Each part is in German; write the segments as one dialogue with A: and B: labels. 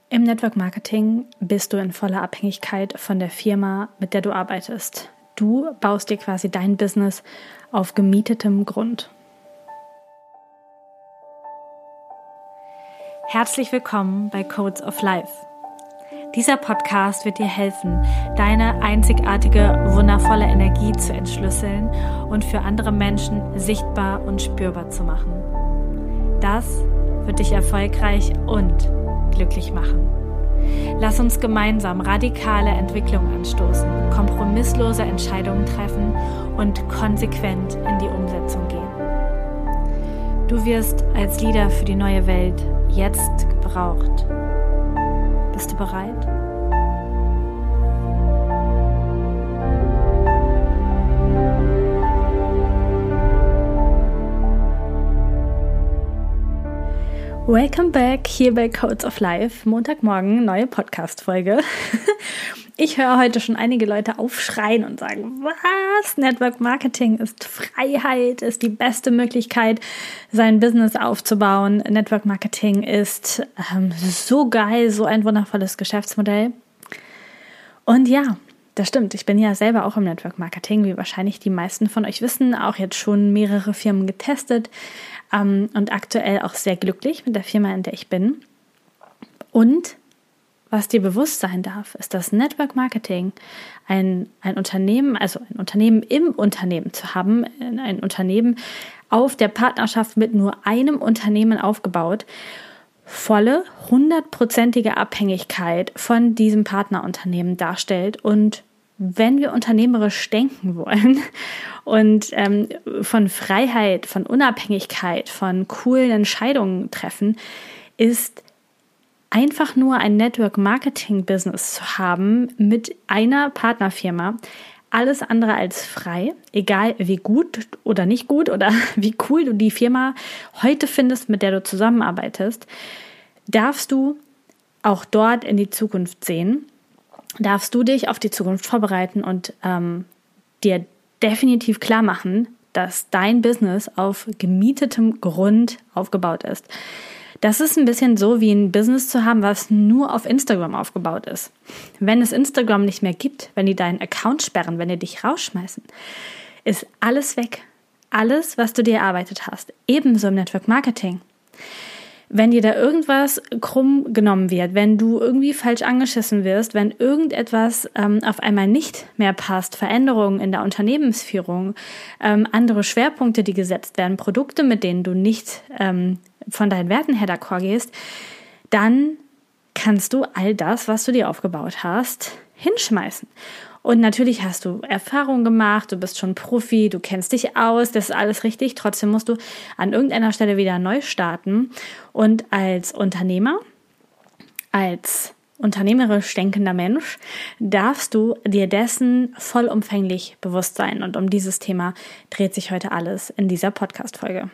A: Im Network Marketing bist du in voller Abhängigkeit von der Firma, mit der du arbeitest. Du baust dir quasi dein Business auf gemietetem Grund. Herzlich willkommen bei Codes of Life. Dieser Podcast wird dir helfen, deine einzigartige, wundervolle Energie zu entschlüsseln und für andere Menschen sichtbar und spürbar zu machen. Das wird dich erfolgreich und glücklich machen. Lass uns gemeinsam radikale Entwicklung anstoßen, kompromisslose Entscheidungen treffen und konsequent in die Umsetzung gehen. Du wirst als Leader für die neue Welt jetzt gebraucht. Bist du bereit? Welcome back hier bei Codes of Life. Montagmorgen, neue Podcast-Folge. Ich höre heute schon einige Leute aufschreien und sagen, was? Network Marketing ist Freiheit, ist die beste Möglichkeit, sein Business aufzubauen. Network Marketing ist so geil, so ein wundervolles Geschäftsmodell. Und ja, das stimmt. Ich bin ja selber auch im Network Marketing, wie wahrscheinlich die meisten von euch wissen, auch jetzt schon mehrere Firmen getestet und aktuell auch sehr glücklich mit der Firma, in der ich bin. Und was dir bewusst sein darf, ist, dass Network Marketing ein Unternehmen, also ein Unternehmen im Unternehmen zu haben, ein Unternehmen auf der Partnerschaft mit nur einem Unternehmen aufgebaut, volle, 100%ige Abhängigkeit von diesem Partnerunternehmen darstellt. Und wenn wir unternehmerisch denken wollen und von Freiheit, von Unabhängigkeit, von coolen Entscheidungen treffen, ist einfach nur ein Network-Marketing-Business zu haben mit einer Partnerfirma alles andere als frei, egal wie gut oder nicht gut oder wie cool du die Firma heute findest, mit der du zusammenarbeitest, darfst du auch dort in die Zukunft sehen, darfst du dich auf die Zukunft vorbereiten und dir definitiv klar machen, dass dein Business auf gemietetem Grund aufgebaut ist. Das ist ein bisschen so, wie ein Business zu haben, was nur auf Instagram aufgebaut ist. Wenn es Instagram nicht mehr gibt, wenn die deinen Account sperren, wenn die dich rausschmeißen, ist alles weg. Alles, was du dir erarbeitet hast. Ebenso im Network Marketing. Wenn dir da irgendwas krumm genommen wird, wenn du irgendwie falsch angeschissen wirst, wenn irgendetwas auf einmal nicht mehr passt, Veränderungen in der Unternehmensführung, andere Schwerpunkte, die gesetzt werden, Produkte, mit denen du nicht von deinen Werten her d'accord gehst, dann kannst du all das, was du dir aufgebaut hast, hinschmeißen. Und natürlich hast du Erfahrung gemacht, du bist schon Profi, du kennst dich aus, das ist alles richtig. Trotzdem musst du an irgendeiner Stelle wieder neu starten. Und als Unternehmer, als unternehmerisch denkender Mensch, darfst du dir dessen vollumfänglich bewusst sein. Und um dieses Thema dreht sich heute alles in dieser Podcast-Folge.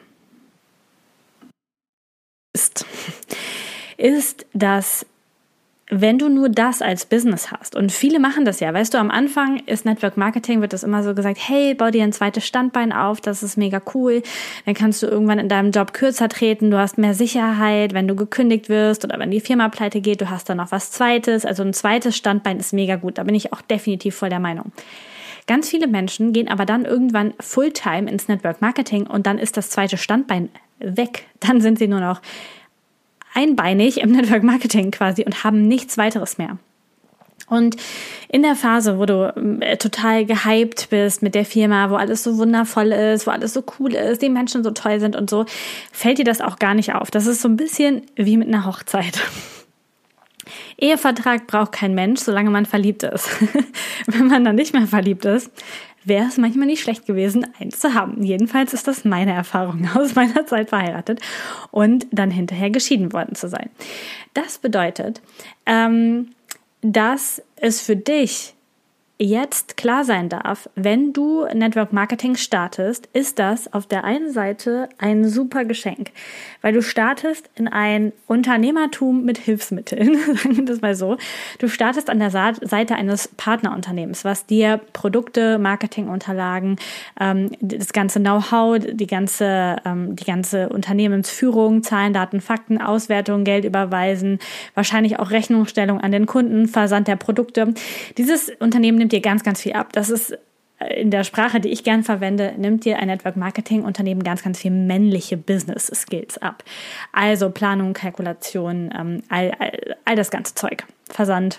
A: Ist, dass wenn du nur das als Business hast, und viele machen das ja, weißt du, am Anfang ist Network Marketing, wird das immer so gesagt, hey, bau dir ein zweites Standbein auf, das ist mega cool, dann kannst du irgendwann in deinem Job kürzer treten, du hast mehr Sicherheit, wenn du gekündigt wirst oder wenn die Firma pleite geht, du hast dann noch was Zweites, also ein zweites Standbein ist mega gut, da bin ich auch definitiv voll der Meinung. Ganz viele Menschen gehen aber dann irgendwann Fulltime ins Network Marketing und dann ist das zweite Standbein weg, dann sind sie nur noch einbeinig im Network Marketing quasi und haben nichts weiteres mehr. Und in der Phase, wo du total gehypt bist mit der Firma, wo alles so wundervoll ist, wo alles so cool ist, die Menschen so toll sind und so, fällt dir das auch gar nicht auf. Das ist so ein bisschen wie mit einer Hochzeit. Ehevertrag braucht kein Mensch, solange man verliebt ist. Wenn man dann nicht mehr verliebt ist, wäre es manchmal nicht schlecht gewesen, eins zu haben. Jedenfalls ist das meine Erfahrung aus meiner Zeit verheiratet und dann hinterher geschieden worden zu sein. Das bedeutet, dass es für dich jetzt klar sein darf, wenn du Network Marketing startest, ist das auf der einen Seite ein super Geschenk, weil du startest in ein Unternehmertum mit Hilfsmitteln, sagen wir das mal so. Du startest an der Seite eines Partnerunternehmens, was dir Produkte, Marketingunterlagen, das ganze Know-how, die ganze Unternehmensführung, Zahlen, Daten, Fakten, Auswertung, Geld überweisen, wahrscheinlich auch Rechnungsstellung an den Kunden, Versand der Produkte. Dieses Unternehmen nimmt dir ganz, ganz viel ab. Das ist in der Sprache, die ich gern verwende, nimmt dir ein Network-Marketing-Unternehmen ganz, ganz viel männliche Business-Skills ab. Also Planung, Kalkulation, all das ganze Zeug. Versand,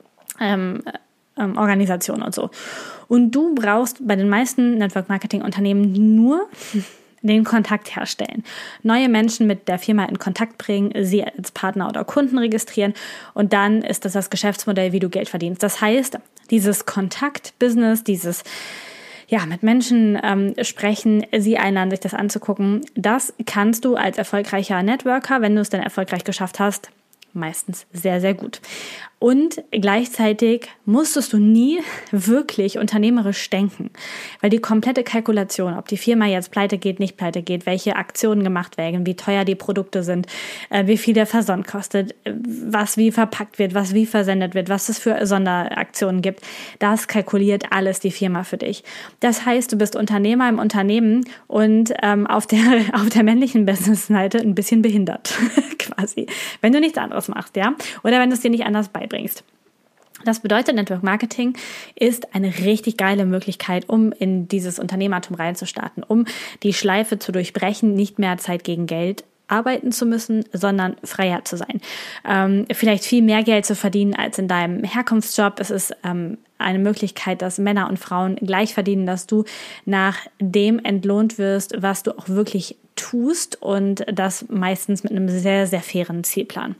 A: Organisation und so. Und du brauchst bei den meisten Network-Marketing-Unternehmen nur den Kontakt herstellen, neue Menschen mit der Firma in Kontakt bringen, sie als Partner oder Kunden registrieren und dann ist das Geschäftsmodell, wie du Geld verdienst. Das heißt, dieses Kontakt-Business, dieses mit Menschen sprechen, sie einladen, sich das anzugucken, das kannst du als erfolgreicher Networker, wenn du es dann erfolgreich geschafft hast, meistens sehr, sehr gut. Und gleichzeitig musstest du nie wirklich unternehmerisch denken, weil die komplette Kalkulation, ob die Firma jetzt pleite geht, nicht pleite geht, welche Aktionen gemacht werden, wie teuer die Produkte sind, wie viel der Versand kostet, was wie verpackt wird, was wie versendet wird, was es für Sonderaktionen gibt, das kalkuliert alles die Firma für dich. Das heißt, du bist Unternehmer im Unternehmen und auf der männlichen Business-Seite ein bisschen behindert, quasi, wenn du nichts anderes machst, ja, oder wenn du es dir nicht anders beibringst. Das bedeutet, Network Marketing ist eine richtig geile Möglichkeit, um in dieses Unternehmertum reinzustarten, um die Schleife zu durchbrechen, nicht mehr Zeit gegen Geld arbeiten zu müssen, sondern freier zu sein. Vielleicht viel mehr Geld zu verdienen als in deinem Herkunftsjob. Es ist eine Möglichkeit, dass Männer und Frauen gleich verdienen, dass du nach dem entlohnt wirst, was du auch wirklich tust und das meistens mit einem sehr, sehr fairen Zielplan.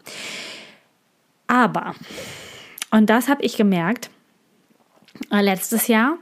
A: Aber, und das habe ich gemerkt, letztes Jahr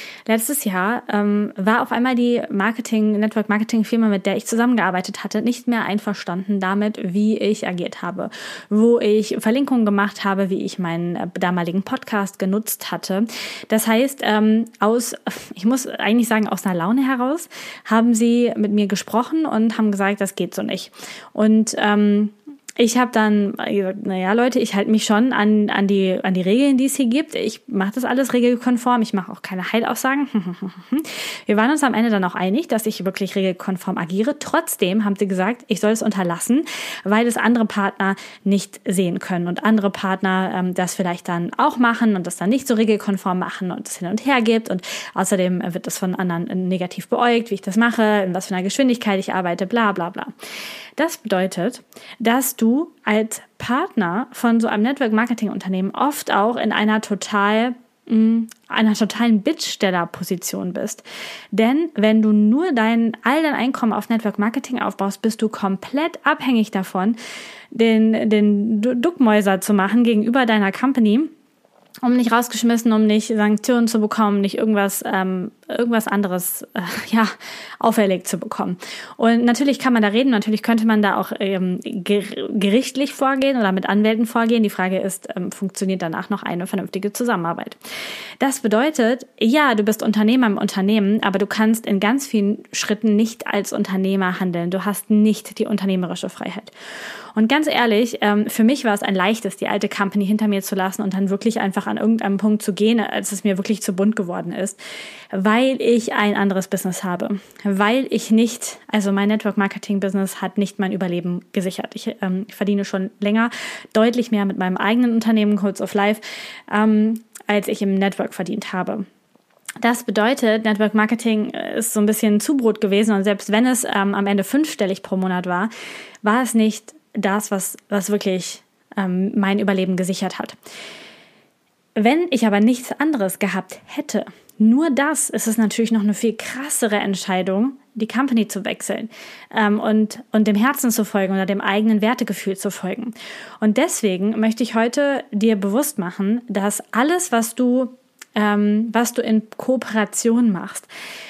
A: war auf einmal die Network-Marketing-Firma, mit der ich zusammengearbeitet hatte, nicht mehr einverstanden damit, wie ich agiert habe, wo ich Verlinkungen gemacht habe, wie ich meinen damaligen Podcast genutzt hatte. Das heißt, ich muss eigentlich sagen, aus einer Laune heraus, haben sie mit mir gesprochen und haben gesagt, das geht so nicht. Und ich habe dann gesagt, Leute, ich halte mich schon an die Regeln, die es hier gibt. Ich mache das alles regelkonform. Ich mache auch keine Heilaussagen. Wir waren uns am Ende dann auch einig, dass ich wirklich regelkonform agiere. Trotzdem haben sie gesagt, ich soll es unterlassen, weil es andere Partner nicht sehen können und andere Partner das vielleicht dann auch machen und das dann nicht so regelkonform machen und es hin und her gibt. Und außerdem wird das von anderen negativ beäugt, wie ich das mache, in was für einer Geschwindigkeit ich arbeite, bla bla bla. Das bedeutet, dass du als Partner von so einem Network-Marketing-Unternehmen oft auch in einer totalen Bittstellerposition bist. Denn wenn du nur all dein Einkommen auf Network-Marketing aufbaust, bist du komplett abhängig davon, den Duckmäuser zu machen gegenüber deiner Company, um nicht rausgeschmissen, um nicht Sanktionen zu bekommen, nicht irgendwas anderes auferlegt zu bekommen. Und natürlich kann man da reden, natürlich könnte man da auch gerichtlich vorgehen oder mit Anwälten vorgehen. Die Frage ist, funktioniert danach noch eine vernünftige Zusammenarbeit? Das bedeutet, ja, du bist Unternehmer im Unternehmen, aber du kannst in ganz vielen Schritten nicht als Unternehmer handeln. Du hast nicht die unternehmerische Freiheit. Und ganz ehrlich, für mich war es ein leichtes, die alte Company hinter mir zu lassen und dann wirklich einfach an irgendeinem Punkt zu gehen, als es mir wirklich zu bunt geworden ist, weil ich ein anderes Business habe, weil ich nicht, also mein Network-Marketing-Business hat nicht mein Überleben gesichert. Ich verdiene schon länger deutlich mehr mit meinem eigenen Unternehmen Codes of Life, als ich im Network verdient habe. Das bedeutet, Network Marketing ist so ein bisschen Zubrot gewesen und selbst wenn es am Ende 5-stellig pro Monat war, war es nicht das, was wirklich mein Überleben gesichert hat. Wenn ich aber nichts anderes gehabt hätte, nur das, ist es natürlich noch eine viel krassere Entscheidung, die Company zu wechseln und dem Herzen zu folgen oder dem eigenen Wertegefühl zu folgen. Und deswegen möchte ich heute dir bewusst machen, dass alles, was du in Kooperation machst,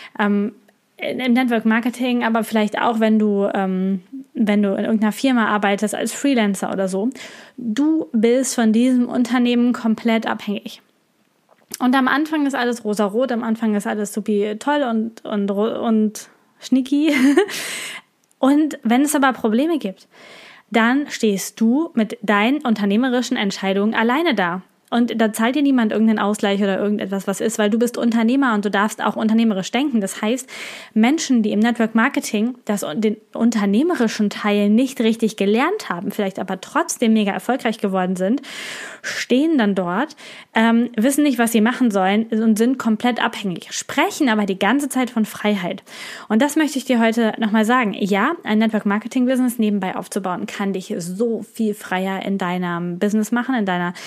A: im Network Marketing, aber vielleicht auch, wenn du in irgendeiner Firma arbeitest als Freelancer oder so, du bist von diesem Unternehmen komplett abhängig. Und am Anfang ist alles rosarot, am Anfang ist alles supi toll und schnicki. Und wenn es aber Probleme gibt, dann stehst du mit deinen unternehmerischen Entscheidungen alleine da. Und da zahlt dir niemand irgendeinen Ausgleich oder irgendetwas, was ist, weil du bist Unternehmer und du darfst auch unternehmerisch denken. Das heißt, Menschen, die im Network Marketing den unternehmerischen Teil nicht richtig gelernt haben, vielleicht aber trotzdem mega erfolgreich geworden sind, stehen dann dort, wissen nicht, was sie machen sollen und sind komplett abhängig, sprechen aber die ganze Zeit von Freiheit. Und das möchte ich dir heute nochmal sagen. Ja, ein Network Marketing Business nebenbei aufzubauen, kann dich so viel freier in deinem Business machen, in deiner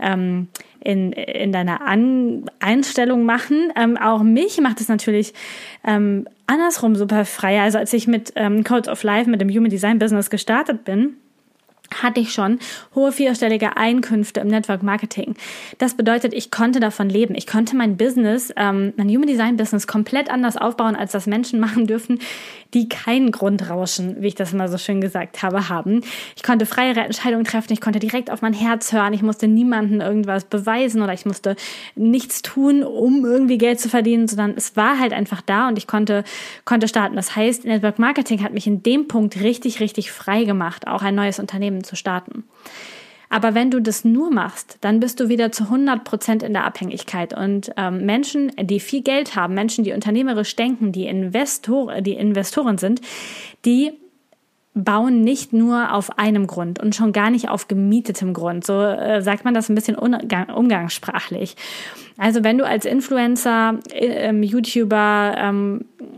A: Einstellung machen. Auch mich macht es natürlich andersrum super frei. Also als ich mit Codes of Life, mit dem Human Design Business gestartet bin, hatte ich schon hohe vierstellige Einkünfte im Network Marketing. Das bedeutet, ich konnte davon leben. Ich konnte mein Business, mein Human Design Business komplett anders aufbauen, als das Menschen machen dürfen, die kein Grundrauschen, wie ich das mal so schön gesagt habe, haben. Ich konnte freiere Entscheidungen treffen. Ich konnte direkt auf mein Herz hören. Ich musste niemandem irgendwas beweisen oder ich musste nichts tun, um irgendwie Geld zu verdienen, sondern es war halt einfach da und ich konnte starten. Das heißt, Network Marketing hat mich in dem Punkt richtig, richtig frei gemacht, auch ein neues Unternehmen zu starten. Aber wenn du das nur machst, dann bist du wieder zu 100% in der Abhängigkeit. Und Menschen, die viel Geld haben, Menschen, die unternehmerisch denken, die Investoren sind, die bauen nicht nur auf einem Grund und schon gar nicht auf gemietetem Grund. So sagt man das ein bisschen umgangssprachlich. Also wenn du als Influencer, YouTuber,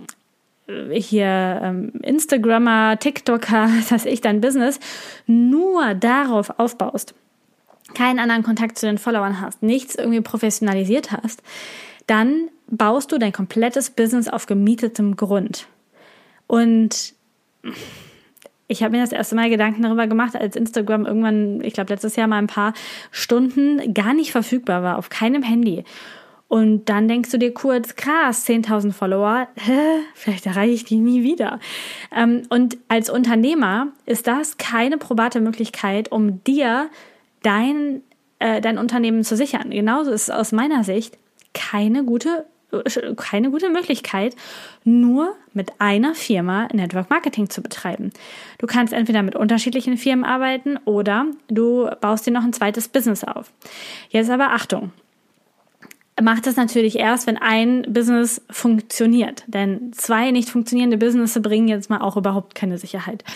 A: Instagrammer, TikToker, dein Business nur darauf aufbaust, keinen anderen Kontakt zu den Followern hast, nichts irgendwie professionalisiert hast, dann baust du dein komplettes Business auf gemietetem Grund. Und ich habe mir das erste Mal Gedanken darüber gemacht, als Instagram irgendwann, ich glaube letztes Jahr mal ein paar Stunden gar nicht verfügbar war, auf keinem Handy. Und dann denkst du dir kurz, krass, 10.000 Follower, vielleicht erreiche ich die nie wieder. Und als Unternehmer ist das keine probate Möglichkeit, um dir dein Unternehmen zu sichern. Genauso ist es aus meiner Sicht keine gute Möglichkeit, nur mit einer Firma Network Marketing zu betreiben. Du kannst entweder mit unterschiedlichen Firmen arbeiten oder du baust dir noch ein zweites Business auf. Jetzt aber Achtung. Macht das natürlich erst, wenn ein Business funktioniert. Denn 2 nicht funktionierende Businesses bringen jetzt mal auch überhaupt keine Sicherheit.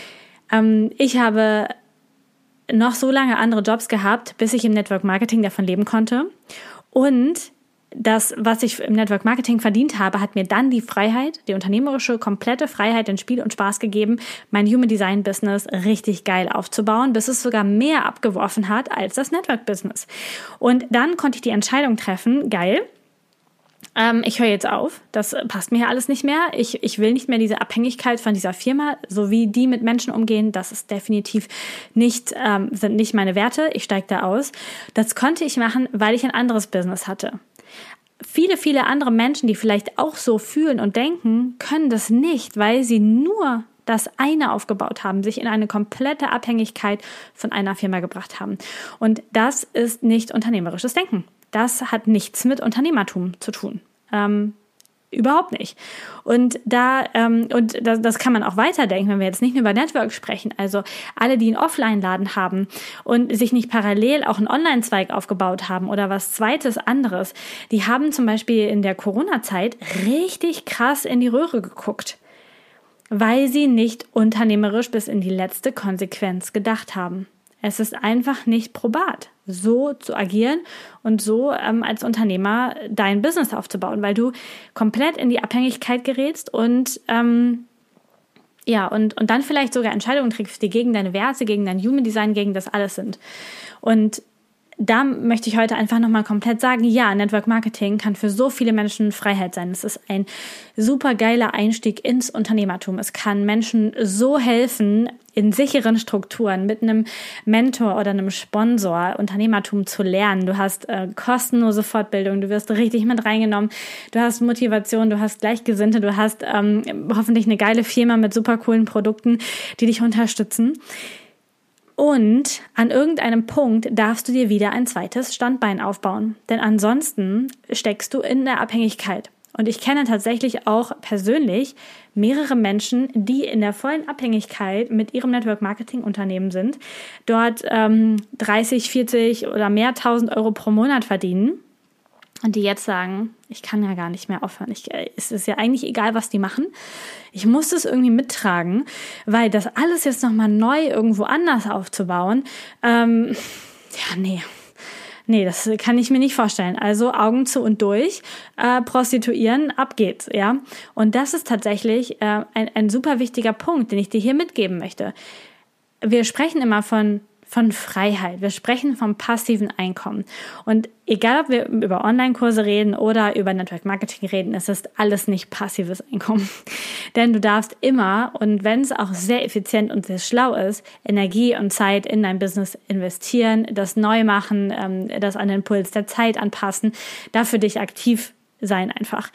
A: Ich habe noch so lange andere Jobs gehabt, bis ich im Network Marketing davon leben konnte. Und das, was ich im Network Marketing verdient habe, hat mir dann die Freiheit, die unternehmerische, komplette Freiheit, den Spiel und Spaß gegeben, mein Human Design Business richtig geil aufzubauen, bis es sogar mehr abgeworfen hat als das Network Business. Und dann konnte ich die Entscheidung treffen, geil, ich höre jetzt auf, das passt mir hier alles nicht mehr, ich will nicht mehr diese Abhängigkeit von dieser Firma, so wie die mit Menschen umgehen, das ist definitiv sind nicht meine Werte, ich steige da aus. Das konnte ich machen, weil ich ein anderes Business hatte. Viele, viele andere Menschen, die vielleicht auch so fühlen und denken, können das nicht, weil sie nur das eine aufgebaut haben, sich in eine komplette Abhängigkeit von einer Firma gebracht haben. Und das ist nicht unternehmerisches Denken. Das hat nichts mit Unternehmertum zu tun. Überhaupt nicht. Und das kann man auch weiterdenken, wenn wir jetzt nicht nur über Network sprechen. Also alle, die einen Offline-Laden haben und sich nicht parallel auch einen Online-Zweig aufgebaut haben oder was Zweites anderes, die haben zum Beispiel in der Corona-Zeit richtig krass in die Röhre geguckt, weil sie nicht unternehmerisch bis in die letzte Konsequenz gedacht haben. Es ist einfach nicht probat, so zu agieren und so als Unternehmer dein Business aufzubauen, weil du komplett in die Abhängigkeit gerätst und dann vielleicht sogar Entscheidungen triffst, die gegen deine Werte, gegen dein Human Design, gegen das alles sind. Und da möchte ich heute einfach nochmal komplett sagen, ja, Network Marketing kann für so viele Menschen Freiheit sein. Es ist ein super geiler Einstieg ins Unternehmertum. Es kann Menschen so helfen, in sicheren Strukturen mit einem Mentor oder einem Sponsor Unternehmertum zu lernen. Du hast kostenlose Fortbildung, du wirst richtig mit reingenommen, du hast Motivation, du hast Gleichgesinnte, du hast hoffentlich eine geile Firma mit super coolen Produkten, die dich unterstützen. Und an irgendeinem Punkt darfst du dir wieder ein zweites Standbein aufbauen. Denn ansonsten steckst du in der Abhängigkeit. Und ich kenne tatsächlich auch persönlich mehrere Menschen, die in der vollen Abhängigkeit mit ihrem Network-Marketing-Unternehmen sind, dort 30, 40 oder mehr 1.000 Euro pro Monat verdienen und die jetzt sagen, ich kann ja gar nicht mehr aufhören. Es ist ja eigentlich egal, was die machen. Ich muss das irgendwie mittragen, weil das alles jetzt nochmal neu irgendwo anders aufzubauen, Nee, das kann ich mir nicht vorstellen. Also Augen zu und durch, prostituieren, ab geht's, ja. Und das ist tatsächlich ein super wichtiger Punkt, den ich dir hier mitgeben möchte. Wir sprechen immer von Freiheit. Wir sprechen vom passiven Einkommen. Und egal, ob wir über Online-Kurse reden oder über Network-Marketing reden, es ist alles nicht passives Einkommen. Denn du darfst immer, und wenn es auch sehr effizient und sehr schlau ist, Energie und Zeit in dein Business investieren, das neu machen, das an den Puls der Zeit anpassen, da für dich aktiv sein einfach.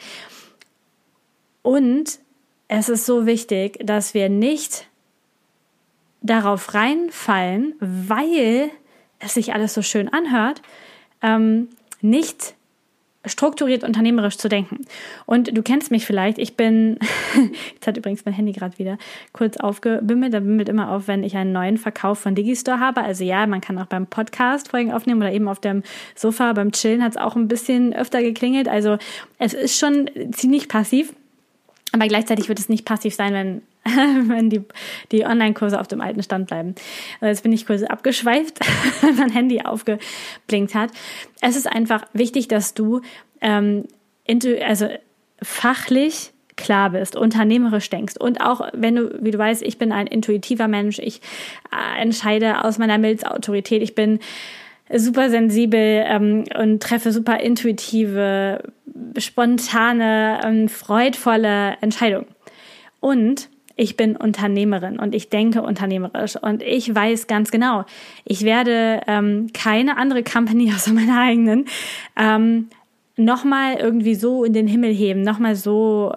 A: Und es ist so wichtig, dass wir nicht darauf reinfallen, weil es sich alles so schön anhört, nicht strukturiert unternehmerisch zu denken. Und du kennst mich vielleicht, ich bin, jetzt hat übrigens mein Handy gerade wieder kurz aufgebimmelt, da bimmelt immer auf, wenn ich einen neuen Verkauf von Digistore habe. Also ja, man kann auch beim Podcast Folgen aufnehmen oder eben auf dem Sofa beim Chillen hat es auch ein bisschen öfter geklingelt. Also es ist schon ziemlich passiv, aber gleichzeitig wird es nicht passiv sein, wenn die Online-Kurse auf dem alten Stand bleiben. Jetzt bin ich kurz abgeschweift, weil mein Handy aufgeblinkt hat. Es ist einfach wichtig, dass du fachlich klar bist, unternehmerisch denkst. Und auch wenn du, wie du weißt, ich bin ein intuitiver Mensch, ich entscheide aus meiner Milzautorität, ich bin super sensibel und treffe super intuitive, spontane, freudvolle Entscheidungen. Und ich bin Unternehmerin und ich denke unternehmerisch und ich weiß ganz genau, ich werde keine andere Company außer meiner eigenen nochmal irgendwie so in den Himmel heben, nochmal so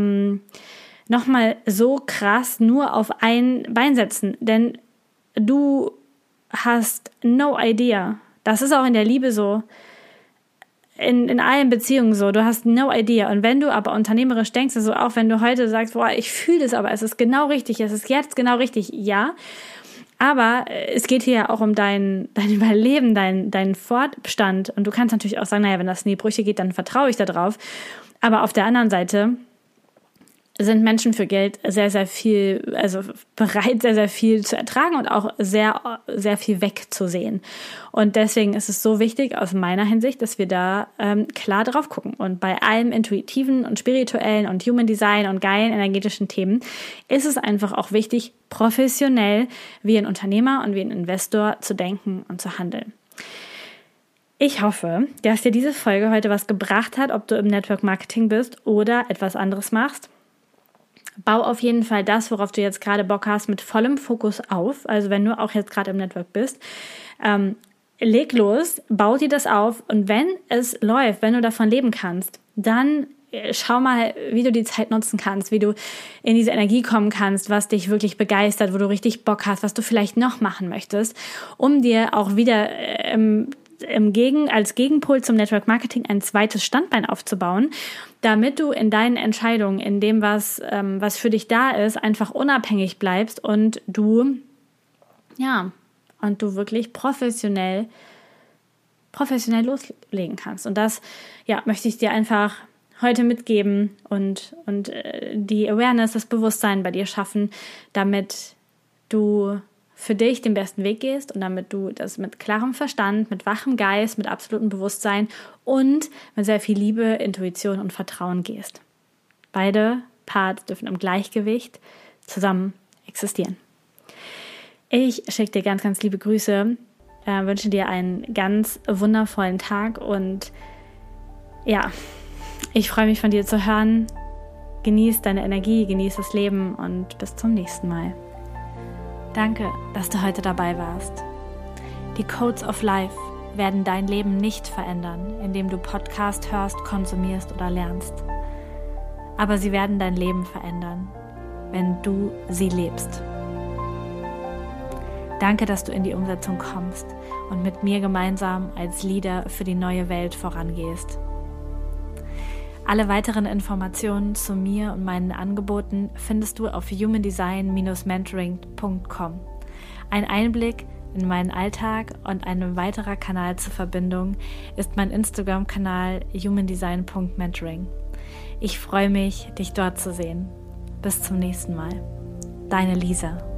A: krass nur auf ein Bein setzen, denn du hast no idea. Das ist auch in der Liebe so. In allen Beziehungen so, du hast no idea. Und wenn du aber unternehmerisch denkst, also auch wenn du heute sagst, boah, ich fühle es, aber es ist genau richtig, es ist jetzt genau richtig, ja. Aber es geht hier ja auch um dein Überleben, dein Fortbestand. Und du kannst natürlich auch sagen, naja, wenn das in die Brüche geht, dann vertraue ich da drauf. Aber auf der anderen Seite sind Menschen für Geld sehr, sehr viel, also bereit, sehr, sehr viel zu ertragen und auch sehr, sehr viel wegzusehen. Und deswegen ist es so wichtig aus meiner Hinsicht, dass wir da klar drauf gucken. Und bei allem intuitiven und spirituellen und Human Design und geilen energetischen Themen ist es einfach auch wichtig, professionell wie ein Unternehmer und wie ein Investor zu denken und zu handeln. Ich hoffe, dass dir diese Folge heute was gebracht hat, ob du im Network Marketing bist oder etwas anderes machst. Bau auf jeden Fall das, worauf du jetzt gerade Bock hast, mit vollem Fokus auf. Also wenn du auch jetzt gerade im Network bist, leg los, bau dir das auf und wenn es läuft, wenn du davon leben kannst, dann schau mal, wie du die Zeit nutzen kannst, wie du in diese Energie kommen kannst, was dich wirklich begeistert, wo du richtig Bock hast, was du vielleicht noch machen möchtest, um dir auch wieder als Gegenpol zum Network Marketing ein zweites Standbein aufzubauen, damit du in deinen Entscheidungen, in dem, was für dich da ist, einfach unabhängig bleibst und du wirklich professionell loslegen kannst. Und das, möchte ich dir einfach heute mitgeben und die Awareness, das Bewusstsein bei dir schaffen, damit du für dich den besten Weg gehst und damit du das mit klarem Verstand, mit wachem Geist, mit absolutem Bewusstsein und mit sehr viel Liebe, Intuition und Vertrauen gehst. Beide Parts dürfen im Gleichgewicht zusammen existieren. Ich schicke dir ganz, ganz liebe Grüße, wünsche dir einen ganz wundervollen Tag und ich freue mich von dir zu hören. Genieß deine Energie, genieß das Leben und bis zum nächsten Mal. Danke, dass du heute dabei warst. Die Codes of Life werden dein Leben nicht verändern, indem du Podcast hörst, konsumierst oder lernst. Aber sie werden dein Leben verändern, wenn du sie lebst. Danke, dass du in die Umsetzung kommst und mit mir gemeinsam als Leader für die neue Welt vorangehst. Alle weiteren Informationen zu mir und meinen Angeboten findest du auf humandesign-mentoring.com. Ein Einblick in meinen Alltag und ein weiterer Kanal zur Verbindung ist mein Instagram-Kanal humandesign.mentoring. Ich freue mich, dich dort zu sehen. Bis zum nächsten Mal. Deine Lisa.